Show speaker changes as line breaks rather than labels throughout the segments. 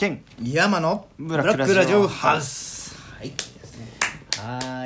兼
山の
ブラックラジオハウス。
はいはい、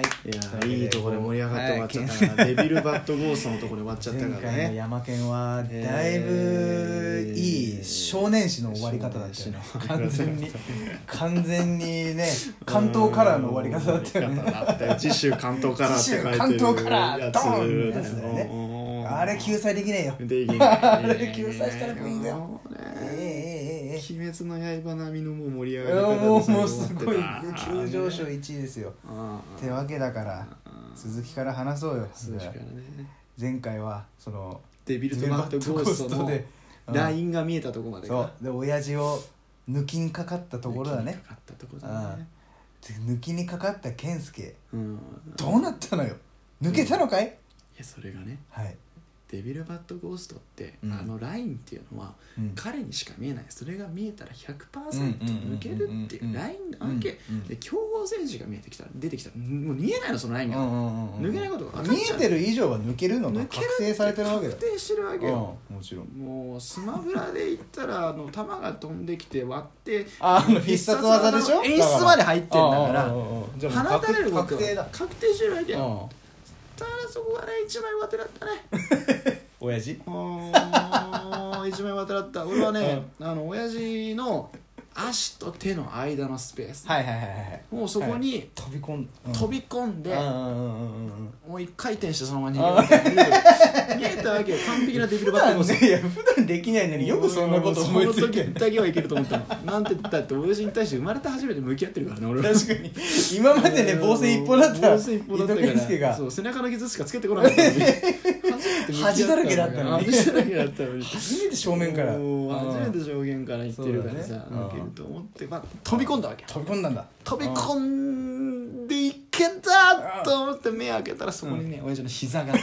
いいところで盛り上がって終わっちゃったな、デビルバッドゴーストのところで終わっちゃったからね。
前回の山県はだいぶいい少年誌の終わり方だったよね。完全にね、関東カラーの終わり方だったよね。
次週関東カラーって書いてる
関東カラー
やつ
ドーンのやつだよね。あれ救済できねえよ。
できない
あれ救済したらいいんだよ。
鬼滅の刃並みのもう盛り上がり方
もうすごい急上昇1位ですよ。ってわけだから続きから話そうよ。
続きからね。
前回はその
デビルバッドゴーストのラインが見えたところまで
そうで親父を抜きにかかったところだね。
抜きにかかったところだね。
抜きにかかった健介、どうなったのよ。抜けたのかい？
いやそれがね、
はい、
デビルバッドゴーストって、あのラインっていうのは、彼にしか見えない。それが見えたら 100% 抜けるっていうラインなわけで、強豪選手が見えてきたら出てきたらもう見えないの、そのラインが、抜けないことが分かっちゃう。
見えてる以上は抜けるのが確定されてるわけだ。
確定してるわけよ、
もちろん。
もうスマブラで言ったら球が飛んできて割って
必殺技でしょ。
演出まで入ってんだから
放
たれること
確定だ。
確定してるわけよ。ただそこがね一枚上手だったね。
親父
一枚上手だった。俺はね、親父の足と手の間のスペース、もうそこに飛び込んで、もう一回転してそのまま逃げ見えたわけよ。完璧なデビルバッドゴースト。
いや普段できないのによくそんなこと思いついて。
その時だけはいけると思ったの。なんて言ったって親父に対して生まれて初めて向き合ってるからね、俺は。
確かに今までね防戦一方だった
防戦一方だったから
伊藤健介が
そう背中の傷しかつけてこなかったのに
恥だらけだったのに
恥だらけだったのに
初めて正面から
初めて正面から言ってるからさ、抜けると思って、飛び込んだわけ。
飛び込んだんだ。
飛び込んでいけたと思って目開けたら、そこにね親父の膝が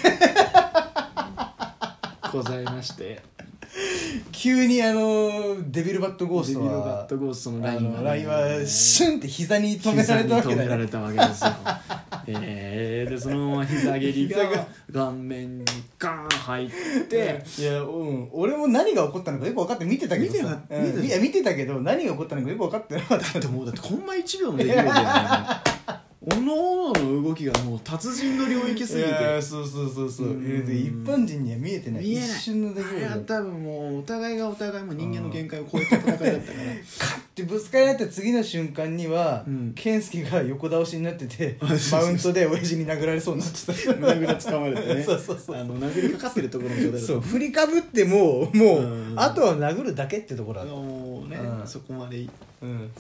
ございまして、
急にデビルバッドゴーストは
デビルバッドゴーストのラインが、
ラインはシュンって膝に止められたわけだよ。
膝に止められたわけですよ。でそのまま膝蹴りが顔面にガーン入って
いや、俺も何が起こったのかよく分かって見てたけどさ、見てたけど何が起こったのかよく分かってなかった。
だってもうコンマ1秒の出来事だよね。おのおの動きがもう達人の領域すぎて、
そう一般人には見えてない。
見えない。
一瞬の出来事。
あれは多分もうお互いがお互いも人間の限界を超えた戦いだったからカ
ッてぶつかり合った次の瞬間には、健介が横倒しになっててマウントで親父に殴られそうになってた。
殴らつかまれてね
そう
殴りかかってるところの状態だった。
そう振りかぶってもうあとは殴るだけってところだった。
もうねそこまで行って、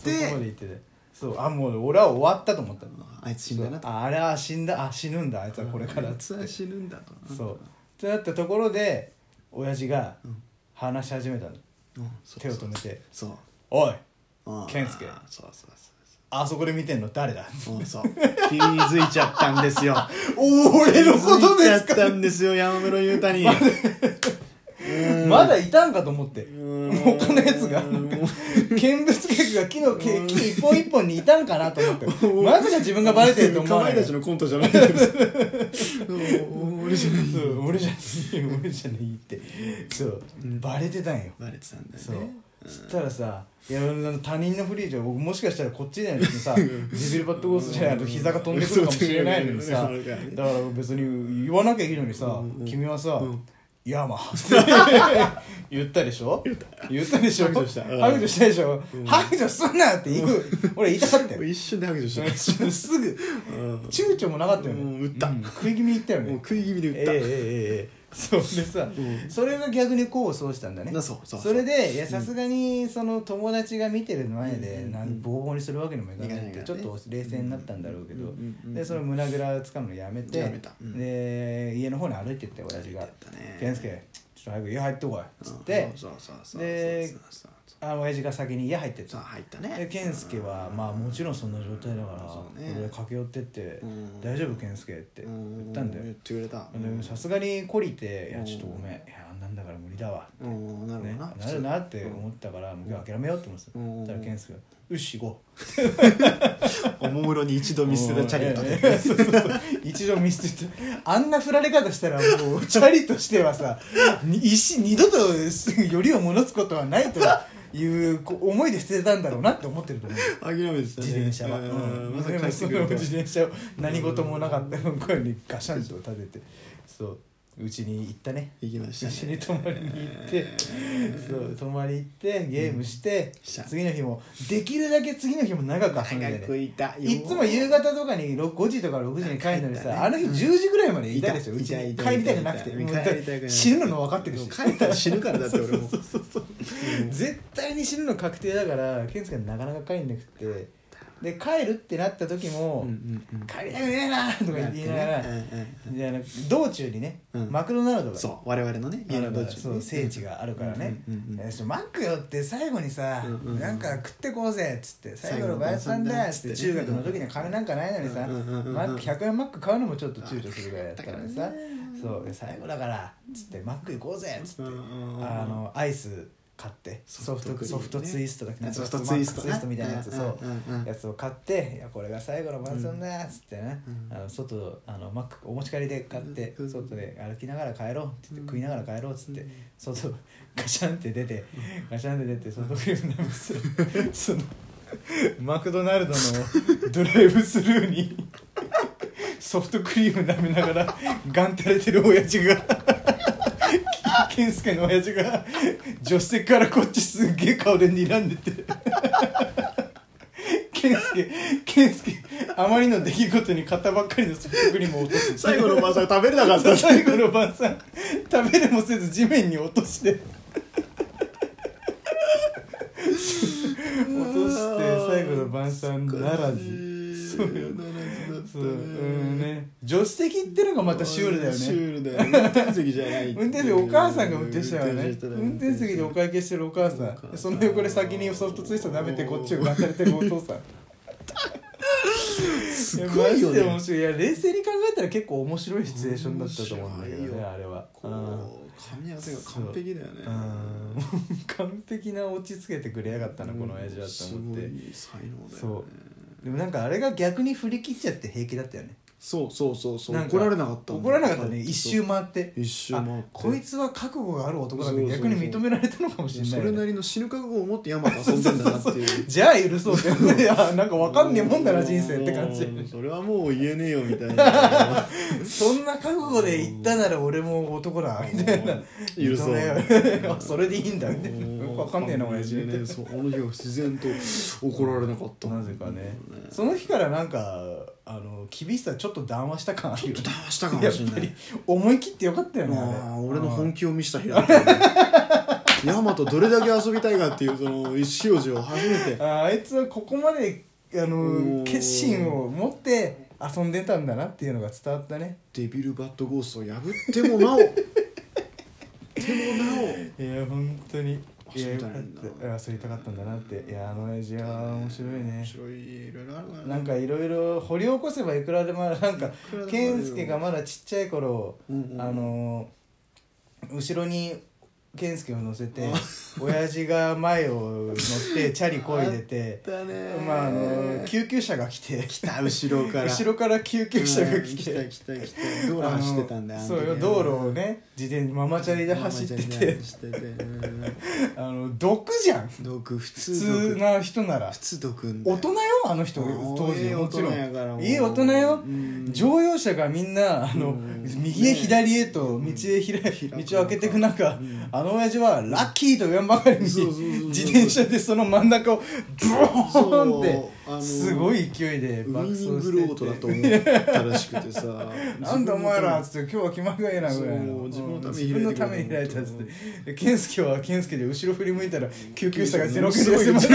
そこまで行ってて、もう俺は終わったと思った。
あいつ死んだなと。
あれは死んだ。死ぬんだあいつはこれから。
あいつは死ぬんだと。
そうってなったところで親父が話し始めたの。手を止めて、おい健介、あそこで見てんの誰だ。
気づいちゃったんですよ。
俺のことですか。
気づいちゃったんですよ、山室裕太に。
まだいたんかと思って、他のやつが見物客が木一本一本にいたんかなと思って、まさか自分がバレてると思わない。
かまいたちのコントじゃない。俺じゃないってバレてたんよ。 バレてたんだよね。
そしたらさ、いや他人のフリーじゃ僕もしかしたらこっちじゃないとさデビルバッドゴーストじゃないと膝が飛んでくるかもしれないのにさ、だから別に言わなきゃいいのにさ、君はさ山って言ったでしょ。言ったでしょ。
白状した
でしょ。白状すんなって俺言いたかったよ。
一瞬で白状した。
すぐ躊躇もなかったよね。
打った。
食い気味に言ったよね。
もう食い気味で打った。
そうでさ、それが逆に功を奏したんだね。それでいやさすがにその友達が見てる前でボコボコにするわけにもいかないってちょっと冷静になったんだろうけど、でその胸ぐらつかむのやめて、で家の方に歩いてって親父が「健介ちょっと早く家入ってこい」っつって、で親父が先に家入ってった。で健介はまあもちろんそんな状態だから俺駆け寄ってって「大丈夫健介」って言ったんだよ。さすがに懲りて「いやちょっとごめん、いやなんだから無理だわ」ってなるなって思ったからもう今日諦めようって思ってた。そしたら健介が「よし行こう」
おもむろに一度見捨てたチャリットで
一度見捨ててあんな振られ方したらもうチャリとしてはさ二度とよりを戻すことはないという思いで捨てたんだろうなって思ってると思う。
諦めてたね、
自転車は。まさかその自転車を何事もなかった声にガシャンと立てて、そううちに行ったね。
行きましたね。
一緒に泊まりに行って、そう泊まり行ってゲームして、次の日もできるだけ次の日も長く遊んでね。いつも夕方とかに5時とか6時に帰るのにさ、あの日10時ぐらいまでいたでしょ。うちに帰りたくなくて、死ぬの分かってるし、
帰ったら死ぬからだって俺も
絶対に死ぬの確定だから、健介なかなか帰んなくて。で帰るってなった時も、帰りたくねえなとか言いながら、道中にね、マクドナルドが、
そう我々のね
家の道中に聖地があるからね、マックよって最後にさ、なんか食ってこうぜっつって、最後の晩餐だっつって、中学の時には金なんかないのにさ、100円マック買うのもちょっと躊躇するぐらいだったからさ、そう最後だからっつってマック行こうぜっつって、アイス買ってソフトツイストだっけ、ソフトツイストみたいなやつ、そうやつを買って、いやこれが最後の晩餐だっつってね、外マックお持ち帰りで買って外で歩きながら帰ろうって言って、食いながら帰ろうっつって外ガシャンって出てソフトクリーム飲むそのマクドナルドのドライブスルーにソフトクリーム舐めながらガン垂れてる親父が健介の親父が助手席からこっちすっげえ顔で睨んでて健介あまりの出来事に買ったばっかりのソフトクリームを落とす。
最後の晩餐食べれなかった
最後の晩餐食べれもせず地面に落として最後の晩餐ならず。そうよ、助手席ってのがまたシュールだよね。
シュールだよね。運転席じゃない。
運転席お母さんが運転したよね。運転席でお会計してるお母さん、その横で先にソフトツイスト舐めてこっちをガンされてるお父さん。すごいよね。マジで面白い。いや冷静に考えたら結構面白いシチュエーションだったと思うんだけどね、あれは。
噛み合わせが完璧だよね。
完璧な落ち着けてくれやがったな、この親父はと思って。
すごい才能だよね。
そう。でもなんかあれが逆に振り切っちゃって平気だったよね。
そう怒られなかった
ね。一周回ってこいつは覚悟がある男だって逆に認められたのかもしれない、ね、
それなりの死ぬ覚悟を持ってヤマと遊んでんだなっていう
じゃあ許そうっていやなんか分かんねえもんだな人生って感じ
それはもう言えねえよみたいな
そんな覚悟で言ったなら俺も男だみたいな
許そう
それでいいんだみたいな分かんねえな親父
ね。そうあの日は自然と怒られなかった
なぜかね。その日からなんか厳しさちょっと談話した感あるよね。
ちょっと談話したかもしれない。
思い切ってよかったよね。
俺の本気を見せた日だった、ね。ヤマとどれだけ遊びたいかっていうその意思表示を初めて。
あいつはここまで決心を持って遊んでたんだなっていうのが伝わったね。
デビルバッドゴーストを破ってもなお。い
や本当に。遊びたかったんだなって。いや親父は面白いね。
面白い。いろいろあるからね。
なんかいろいろ掘り起こせばいくらでもなんか健介がまだちっちゃい頃、後ろに健介を乗せて親父が前を乗ってチャリこいでて救急車が来
後ろ
から救急車が来て
道路走ってたんだよ。
そうよ道路をね自転車ママチャリで走ってて毒じゃん。
毒普
通な人なら
普通毒
大人よあの人当時もちろんいい大人よ。乗用車がみんな右へ左へと道を開けていく中あの親父はラッキーと言わんばかりに自転車でその真ん中をブーンってすごい勢いで
爆走しててウィニングロードだと思ったらしくてさ
なんだお前らっつって今日は気前がええなぐらいの自分のために開いたっつって健介は健介で後ろ振り向いたら救急車がゼロキロで迫って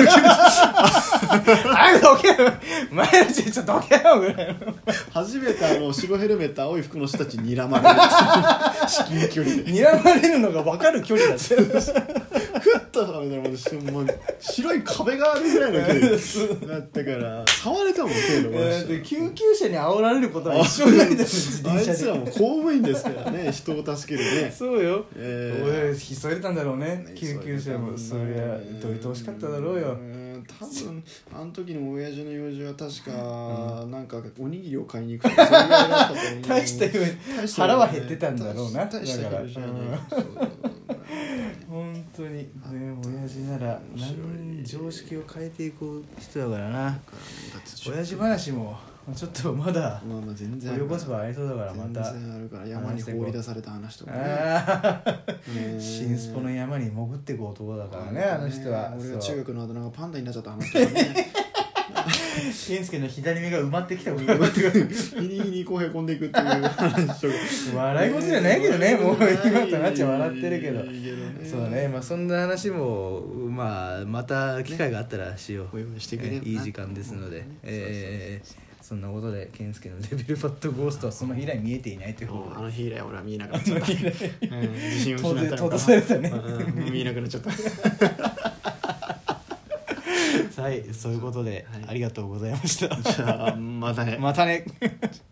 早くどけよ前のちょっとどけよぐらいの
初めて白ヘルメット青い服の人たちに睨まれる至近距離で
睨まれるのが分かる距離だって
ふっとされたらもう白い壁があるぐらいの距離だったから触れたもん手伸ばして
救急車に煽られることは一緒になりだよ自転車で
あいつらも公務員ですからね人を助けるね
そうよ、俺引き添えたんだろうね救急車もそりゃどいてほしかっただろうよ
多分あの時の親父の用事は確か、なんかおにぎりを買いに行くとかそれぐらいだったと思う
大した腹は減ってたんだろうな
大した用事じゃない
本当当にね、親父なら常識を変えていく人だからな。親父話もちょっとまだ
全然
掘り起こせばありそうだから、また
全然あるから、山に放り出された話とか
ね、新スポの山に潜っていく男だからね、あの人は。
俺が中学のあだ名がパンダになっちゃった話とかね
健介の左目が埋まってきたこと
が日に日にこうへこんでいくっていう話とか
笑い事じゃないけどね、もう今となっちゃ笑ってるけど、そうね、まあそんな話もまあまた機会があったらしよう、いい時間ですので、そんなことで健介のデビルバッドゴーストはその日以来見えていないということで、
あの日以来俺は見えなくなっちゃった自信を失ったのか
閉ざされたね
見えなくなっちゃった
はい、そういうことで、ありがとうございました。
じゃあまたね
またね